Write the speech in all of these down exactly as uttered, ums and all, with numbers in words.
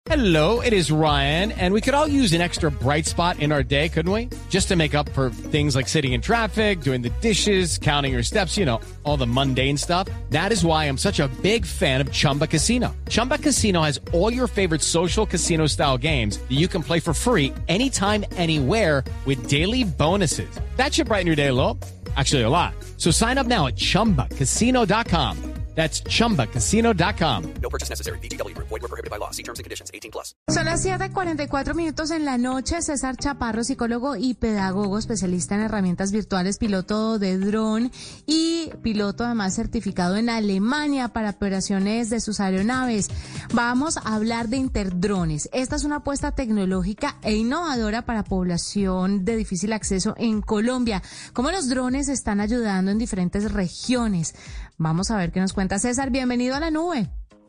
Hello, it is Ryan, and we could all use an extra bright spot in our day, couldn't we? Just to make up for things like sitting in traffic, doing the dishes, counting your steps, you know, all the mundane stuff. That is why I'm such a big fan of Chumba Casino. Chumba Casino has all your favorite social casino-style games that you can play for free anytime, anywhere with daily bonuses. That should brighten your day a little. Actually, a lot. So sign up now at chumba casino dot com. That's chumba casino dot com. No purchase necessary. V G W Group. Void where prohibited by law. See terms and conditions. eighteen plus. Son las siete cuarenta y cuatro minutos en la noche. César Chaparro, psicólogo y pedagogo, especialista en herramientas virtuales, piloto de dron y piloto además certificado en Alemania para operaciones de sus aeronaves. Vamos a hablar de interdrones. Esta es una apuesta tecnológica e innovadora para población de difícil acceso en Colombia. ¿Cómo los drones están ayudando en diferentes regiones? Vamos a ver qué nos cuenta César. Bienvenido a la nube.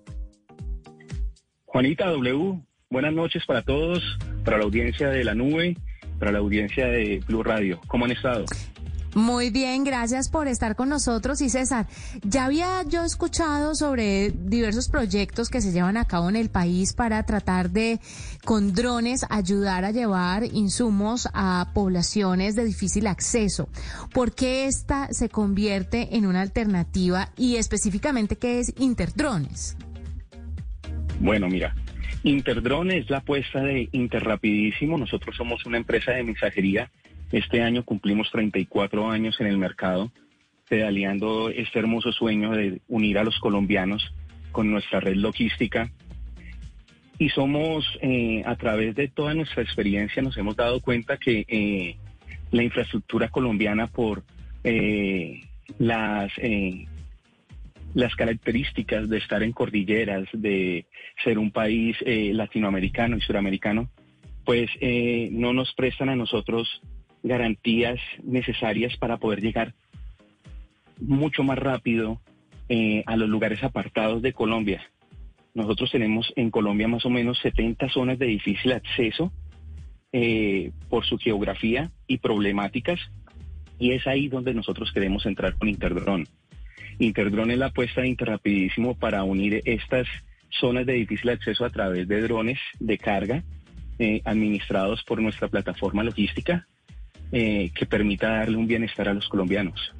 Juanita W, buenas noches para todos, para la audiencia de la nube, para la audiencia de Blue Radio. ¿Cómo han estado? Muy bien, gracias por estar con nosotros. Y César, ya había yo escuchado sobre diversos proyectos que se llevan a cabo en el país para tratar de, con drones, ayudar a llevar insumos a poblaciones de difícil acceso. ¿Por qué esta se convierte en una alternativa y específicamente qué es Interdrones? Bueno, mira, Interdrone es la apuesta de Interrapidísimo. Nosotros somos una empresa de mensajería. Este año cumplimos treinta y cuatro años en el mercado, pedaleando este hermoso sueño de unir a los colombianos con nuestra red logística. Y somos, eh, a través de toda nuestra experiencia, nos hemos dado cuenta que eh, la infraestructura colombiana, por eh, las... Eh, las características de estar en cordilleras, de ser un país eh, latinoamericano y suramericano, pues eh, no nos prestan a nosotros garantías necesarias para poder llegar mucho más rápido eh, a los lugares apartados de Colombia. Nosotros tenemos en Colombia más o menos setenta zonas de difícil acceso eh, por su geografía y problemáticas, y es ahí donde nosotros queremos entrar con Interdrone. Interdrone es la apuesta de Interrapidísimo para unir estas zonas de difícil acceso a través de drones de carga eh, administrados por nuestra plataforma logística eh, que permita darle un bienestar a los colombianos.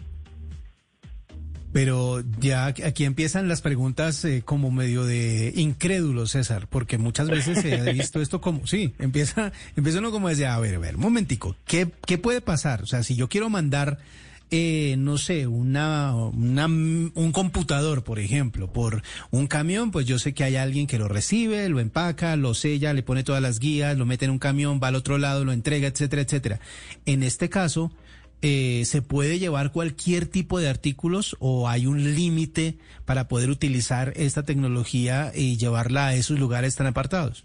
Pero ya aquí empiezan las preguntas eh, como medio de incrédulo, César, porque muchas veces se ha visto esto como, sí, empieza, empieza uno como desde, a ver, a ver, un momentico, ¿qué, qué puede pasar? O sea, si yo quiero mandar... Eh, no sé, una, una, un computador, por ejemplo, por un camión, pues yo sé que hay alguien que lo recibe, lo empaca, lo sella, le pone todas las guías, lo mete en un camión, va al otro lado, lo entrega, etcétera, etcétera. En este caso, eh, ¿se puede llevar cualquier tipo de artículos o hay un límite para poder utilizar esta tecnología y llevarla a esos lugares tan apartados?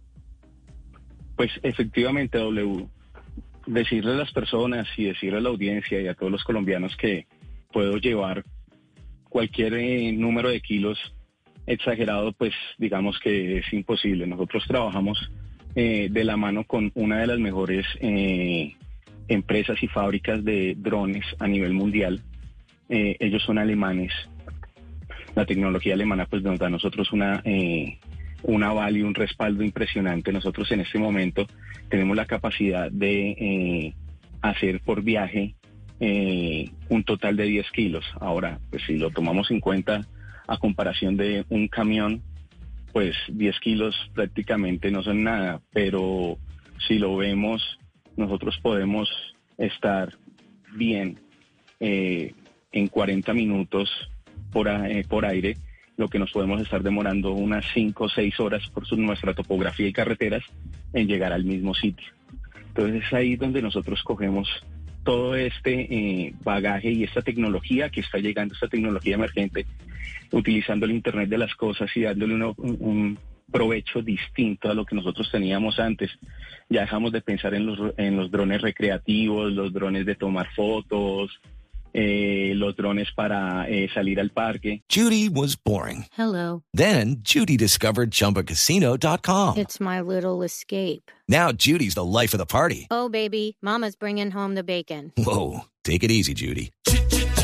Pues efectivamente, W. Decirle a las personas y decirle a la audiencia y a todos los colombianos que puedo llevar cualquier eh, número de kilos exagerado, pues digamos que es imposible. Nosotros trabajamos eh, de la mano con una de las mejores eh, empresas y fábricas de drones a nivel mundial. Eh, ellos son alemanes. La tecnología alemana pues nos da a nosotros una... Eh, un aval y un respaldo impresionante. Nosotros en este momento tenemos la capacidad de eh, hacer por viaje eh, un total de diez kilos. Ahora, pues si lo tomamos en cuenta a comparación de un camión, pues diez kilos prácticamente no son nada, pero si lo vemos, nosotros podemos estar bien eh, en cuarenta minutos por, eh, por aire, lo que nos podemos estar demorando unas cinco o seis horas por su, nuestra topografía y carreteras en llegar al mismo sitio. Entonces es ahí donde nosotros cogemos todo este eh, bagaje y esta tecnología que está llegando, esta tecnología emergente, utilizando el Internet de las cosas y dándole uno, un, un provecho distinto a lo que nosotros teníamos antes. Ya dejamos de pensar en los, en los drones recreativos, los drones de tomar fotos, Eh, los drones para eh, salir al parque. Judy was boring. Hello. Then Judy discovered Chumba Casino dot com. It's my little escape. Now Judy's the life of the party. Oh, baby, mama's bringing home the bacon. Whoa, take it easy, Judy.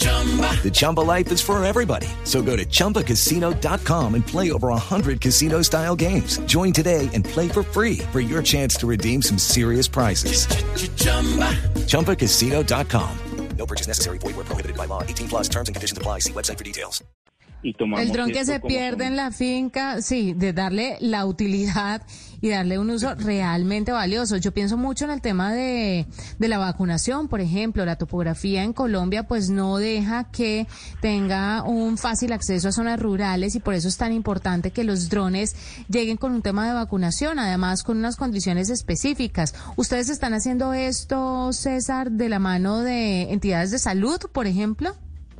The Chumba life is for everybody. So go to chumba casino dot com and play over one hundred casino-style games. Join today and play for free for your chance to redeem some serious prizes. chumba casino dot com. No purchase necessary. Void where prohibited by law. eighteen plus terms and conditions apply. See website for details. Y tomamos El dron que esto se como pierde son- en la finca, sí, de darle la utilidad y darle un uso realmente valioso. Yo pienso mucho en el tema de, de la vacunación, por ejemplo. La topografía en Colombia pues no deja que tenga un fácil acceso a zonas rurales y por eso es tan importante que los drones lleguen con un tema de vacunación, además con unas condiciones específicas. ¿Ustedes están haciendo esto, César, de la mano de entidades de salud, por ejemplo?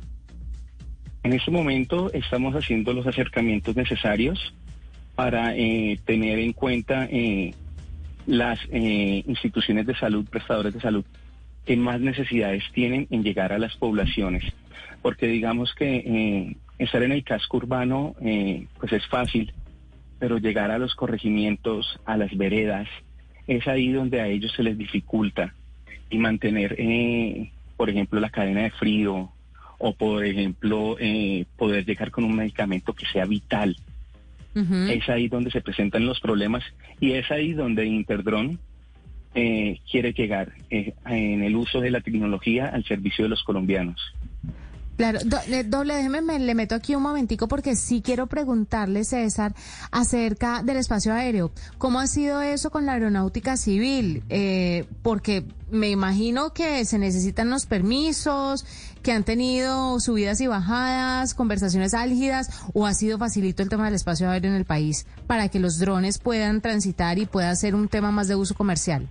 En este momento estamos haciendo los acercamientos necesarios para eh, tener en cuenta eh, las eh, instituciones de salud, prestadores de salud, que más necesidades tienen en llegar a las poblaciones. Porque digamos que eh, estar en el casco urbano eh, pues es fácil, pero llegar a los corregimientos, a las veredas, es ahí donde a ellos se les dificulta. Y mantener, eh, por ejemplo, la cadena de frío, o por ejemplo eh, poder llegar con un medicamento que sea vital. Uh-huh. Es ahí donde se presentan los problemas y es ahí donde Interdrone eh, quiere llegar eh, en el uso de la tecnología al servicio de los colombianos. Claro, do, doble, déjeme, me, le meto aquí un momentico porque sí quiero preguntarle, César, acerca del espacio aéreo. ¿Cómo ha sido eso con la aeronáutica civil? Eh, porque me imagino que se necesitan los permisos, que han tenido subidas y bajadas, conversaciones álgidas, o ha sido facilito el tema del espacio aéreo en el país para que los drones puedan transitar y pueda ser un tema más de uso comercial.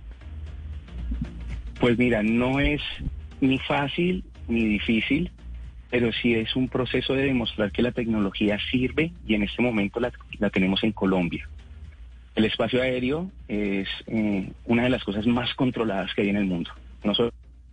Pues mira, no es ni fácil ni difícil, pero sí es un proceso de demostrar que la tecnología sirve y en este momento la, la tenemos en Colombia. El espacio aéreo es eh, una de las cosas más controladas que hay en el mundo. Nosotros,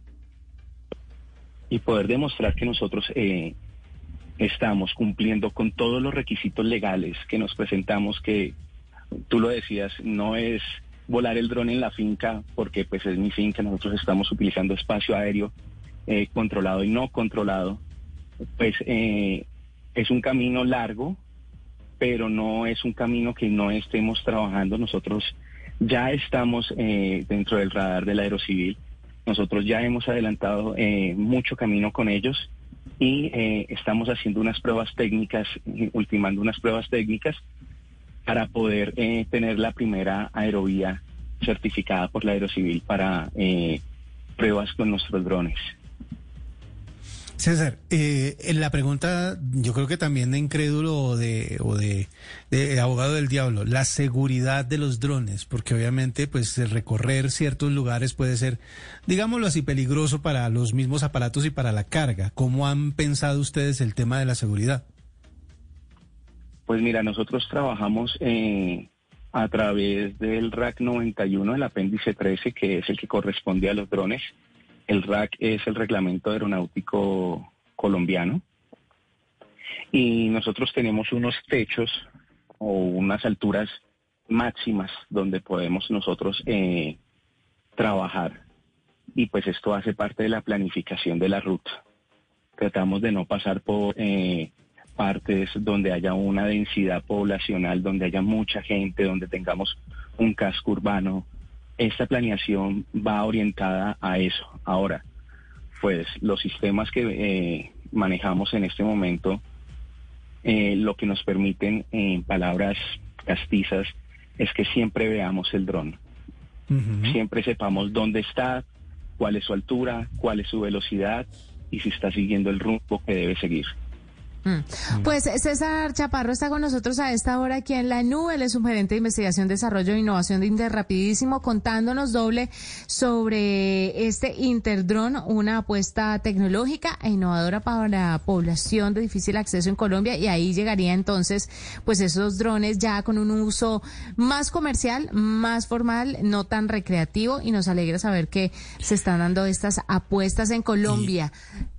y poder demostrar que nosotros eh, estamos cumpliendo con todos los requisitos legales que nos presentamos, que tú lo decías, no es volar el dron en la finca porque pues es mi finca, nosotros estamos utilizando espacio aéreo eh, controlado y no controlado. Pues eh, es un camino largo, pero no es un camino que no estemos trabajando. Nosotros ya estamos eh, dentro del radar del aerocivil, nosotros ya hemos adelantado eh, mucho camino con ellos y eh, estamos haciendo unas pruebas técnicas, ultimando unas pruebas técnicas para poder eh, tener la primera aerovía certificada por la aerocivil para eh, pruebas con nuestros drones. César, eh, en la pregunta, yo creo que también de incrédulo o de, o de, de abogado del diablo, la seguridad de los drones, porque obviamente pues recorrer ciertos lugares puede ser, digámoslo así, peligroso para los mismos aparatos y para la carga. ¿Cómo han pensado ustedes el tema de la seguridad? Pues mira, nosotros trabajamos eh, a través del R A C noventa y uno, el apéndice trece, que es el que corresponde a los drones. El R A C es el reglamento aeronáutico colombiano y nosotros tenemos unos techos o unas alturas máximas donde podemos nosotros eh, trabajar y pues esto hace parte de la planificación de la ruta. Tratamos de no pasar por eh, partes donde haya una densidad poblacional, donde haya mucha gente, donde tengamos un casco urbano. Esta planeación va orientada a eso. Ahora, pues los sistemas que eh, manejamos en este momento, eh, lo que nos permiten, en palabras castizas, es que siempre veamos el dron. Uh-huh. Siempre sepamos dónde está, cuál es su altura, cuál es su velocidad y si está siguiendo el rumbo que debe seguir. Mm. Pues César Chaparro está con nosotros a esta hora aquí en La Nube. Él es un gerente de investigación, desarrollo e innovación de Interrapidísimo, contándonos doble sobre este Interdrone, una apuesta tecnológica e innovadora para población de difícil acceso en Colombia, y ahí llegaría entonces pues esos drones ya con un uso más comercial, más formal, no tan recreativo, y nos alegra saber que se están dando estas apuestas en Colombia.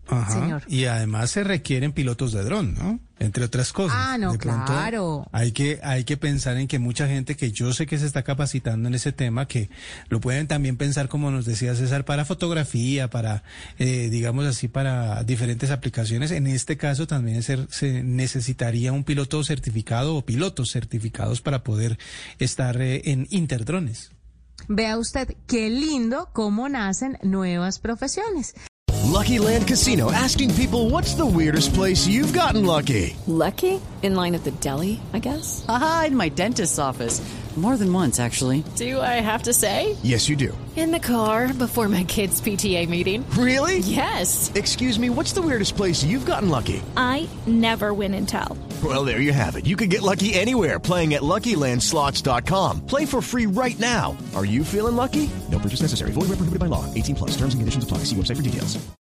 Ajá. Señor. Y además se requieren pilotos de dron, ¿no? Entre otras cosas. Ah, no, De pronto, claro. Hay que, hay que pensar en que mucha gente que yo sé que se está capacitando en ese tema, que lo pueden también pensar, como nos decía César, para fotografía, para, eh, digamos así, para diferentes aplicaciones. En este caso también ser, se necesitaría un piloto certificado o pilotos certificados para poder estar eh, en interdrones. Vea usted qué lindo cómo nacen nuevas profesiones. Lucky Land Casino, asking people, what's the weirdest place you've gotten lucky? Lucky? In line at the deli, I guess? Aha, in my dentist's office. More than once, actually. Do I have to say? Yes, you do. In the car before my kids' P T A meeting. Really? Yes. Excuse me, what's the weirdest place you've gotten lucky? I never win and tell. Well, there you have it. You can get lucky anywhere, playing at Lucky Land Slots dot com. Play for free right now. Are you feeling lucky? No purchase necessary. Void where prohibited by law. eighteen plus. Terms and conditions apply. See website for details.